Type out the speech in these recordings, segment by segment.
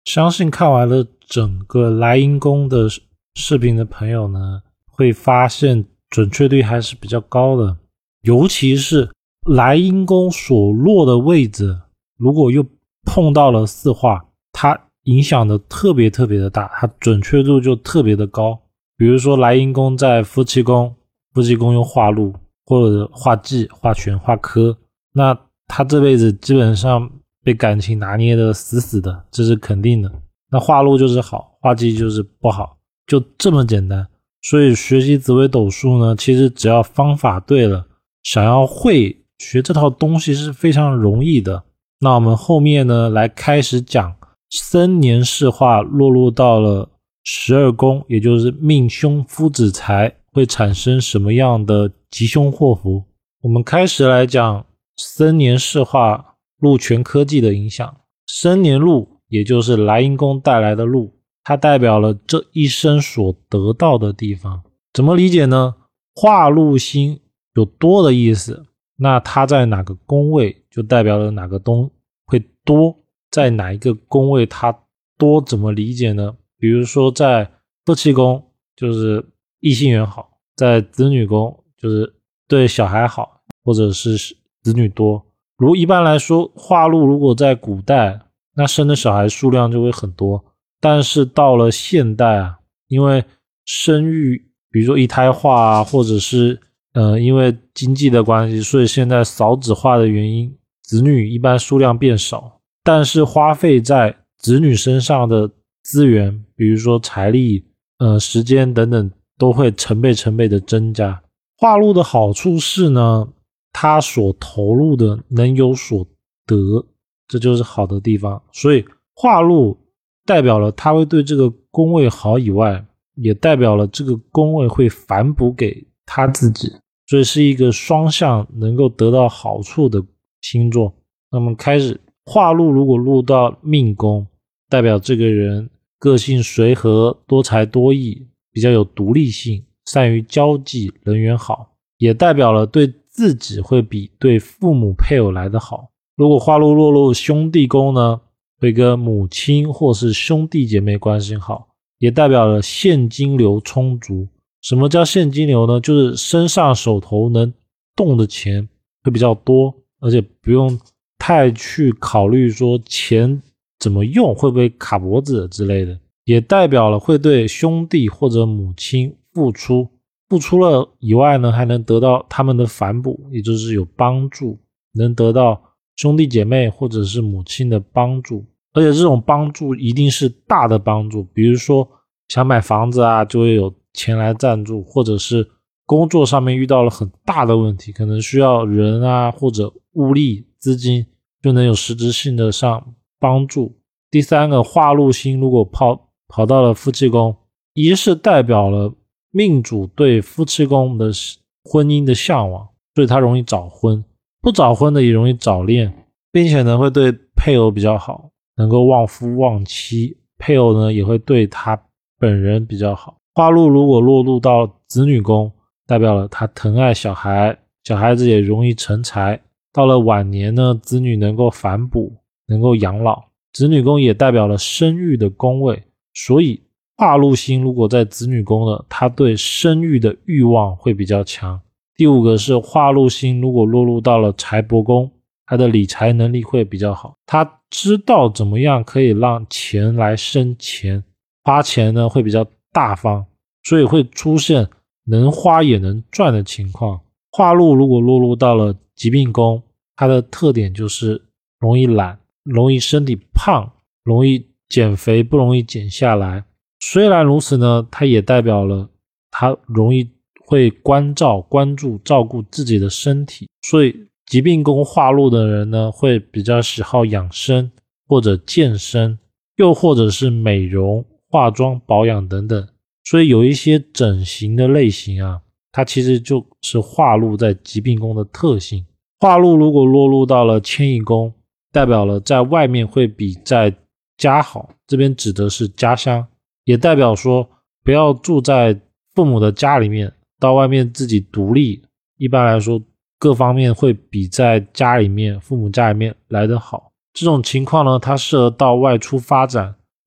相信看完了整个莱茵宫的视频的朋友呢，会发现准确率还是比较高的，尤其是莱茵宫所落的位置，如果又碰到了四化，它影响的特别的大，它准确度就特别的高。比如说莱茵宫在夫妻宫，夫妻宫又化禄，或者化忌、化权、化科，那他这辈子基本上被感情拿捏的死的，这是肯定的。那化禄就是好，化忌就是不好，就这么简单。所以学习紫微斗数呢，其实只要方法对了，想要会学这套东西是非常容易的。那我们后面呢，来开始讲生年世化落入到了12宫，也就是命凶夫子财，会产生什么样的吉凶祸福。我们开始来讲生年世化禄权科技的影响。生年禄也就是莱茵宫带来的禄，它代表了这一生所得到的地方。怎么理解呢？化禄星有多的意思，那它在哪个宫位就代表了哪个东会多，在哪一个宫位它多怎么理解呢？比如说在夫妻宫就是异性缘好，在子女宫就是对小孩好，或者是子女多。如一般来说，化禄如果在古代，那生的小孩数量就会很多，但是到了现代啊，因为生育比如说一胎化啊，或者是因为经济的关系，所以现在少子化的原因，子女一般数量变少，但是花费在子女身上的资源，比如说财力、时间等等，都会成倍的增加。化禄的好处是呢，他所投入的能有所得，这就是好的地方。所以化禄代表了他会对这个宫位好以外，也代表了这个宫位会反哺给他自己，所以是一个双向能够得到好处的星座。那么开始，化禄如果入到命宫，代表这个人个性随和，多才多艺，比较有独立性，善于交际，人缘好，也代表了对自己会比对父母配偶来得好。如果化禄落入兄弟宫呢，会跟母亲或是兄弟姐妹关系好，也代表了现金流充足。什么叫现金流呢？就是身上手头能动的钱会比较多，而且不用太去考虑说钱怎么用，会不会卡脖子之类的。也代表了会对兄弟或者母亲付出了以外呢，还能得到他们的反哺，也就是有帮助，能得到兄弟姐妹或者是母亲的帮助，而且这种帮助一定是大的帮助，比如说想买房子啊，就会有钱来赞助，或者是工作上面遇到了很大的问题，可能需要人啊或者物力资金，就能有实质性的上帮助。第三个，化禄星如果跑到了夫妻宫，一是代表了命主对夫妻宫的婚姻的向往，所以他容易早婚，不早婚的也容易早恋，并且呢会对配偶比较好，能够旺夫旺妻，配偶呢也会对他本人比较好。化禄如果落入到子女宫，代表了他疼爱小孩，小孩子也容易成才，到了晚年呢，子女能够反哺，能够养老。子女宫也代表了生育的宫位，所以化禄星如果在子女宫呢，他对生育的欲望会比较强。第五个是化禄星如果落入到了财帛宫，他的理财能力会比较好，他知道怎么样可以让钱来生钱，花钱呢会比较大方，所以会出现能花也能赚的情况。化禄如果落入到了疾病宫，它的特点就是容易懒，容易身体胖，容易减肥，不容易减下来。虽然如此呢，它也代表了他容易会关注照顾自己的身体，所以疾病宫化禄的人呢，会比较喜好养生或者健身，又或者是美容、化妆、保养等等。所以有一些整形的类型啊，它其实就是化禄在疾病宫的特性。化禄如果落入到了迁移宫，代表了在外面会比在家好，这边指的是家乡，也代表说不要住在父母的家里面，到外面自己独立，一般来说各方面会比在家里面父母家里面来得好。这种情况呢，它适合到外出发展，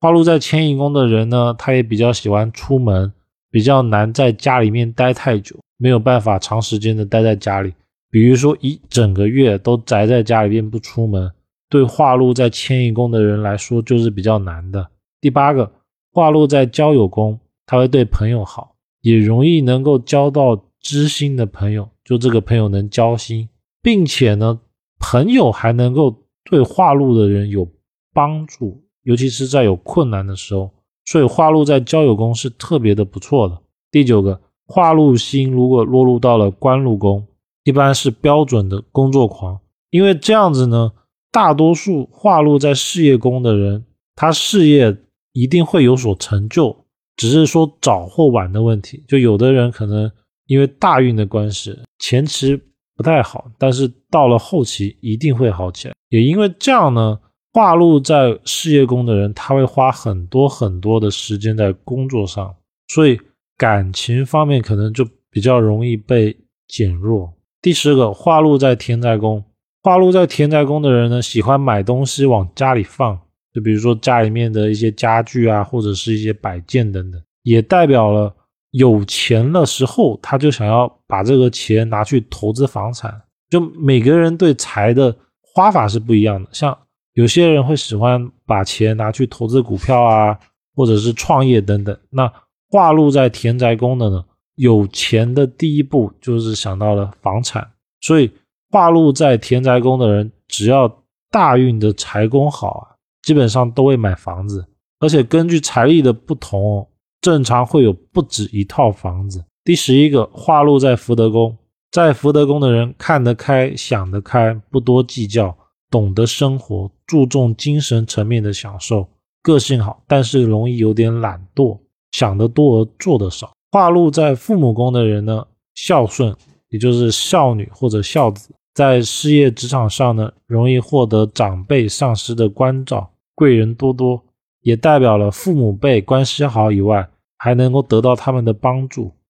化禄在迁移宫的人呢，他也比较喜欢出门，比较难在家里面待太久，没有办法长时间的待在家里，比如说一整个月都宅在家里面不出门，对化禄在迁移宫的人来说就是比较难的。第8个，化禄在交友宫，他会对朋友好，也容易能够交到知心的朋友，就这个朋友能交心，并且呢，朋友还能够对化禄的人有帮助，尤其是在有困难的时候，所以化禄在交友宫是特别的不错的。第9个，化禄星如果落入到了官禄宫，一般是标准的工作狂，因为这样子呢，大多数化禄在事业宫的人，他事业一定会有所成就，只是说早或晚的问题。就有的人可能因为大运的关系，前期不太好，但是到了后期一定会好起来。也因为这样呢，化禄在事业宫的人，他会花很多很多的时间在工作上，所以感情方面可能就比较容易被减弱。第10个，化禄在田宅宫。化禄在田宅宫的人呢，喜欢买东西往家里放，就比如说家里面的一些家具啊，或者是一些摆件等等，也代表了有钱的时候，他就想要把这个钱拿去投资房产。就每个人对财的花法是不一样的，像有些人会喜欢把钱拿去投资股票啊，或者是创业等等。那化禄在田宅宫的呢，有钱的第一步就是想到了房产，所以化禄在田宅宫的人，只要大运的财宫好啊，基本上都会买房子，而且根据财力的不同，正常会有不止一套房子。第11个，化禄在福德宫。在福德宫的人看得开，想得开，不多计较，懂得生活，注重精神层面的享受，个性好，但是容易有点懒惰，想得多而做得少。化禄在父母宫的人呢，孝顺，也就是孝女或者孝子，在事业职场上呢，容易获得长辈上司的关照，贵人多多，也代表了父母辈关系好以外，还能够得到他们的帮助。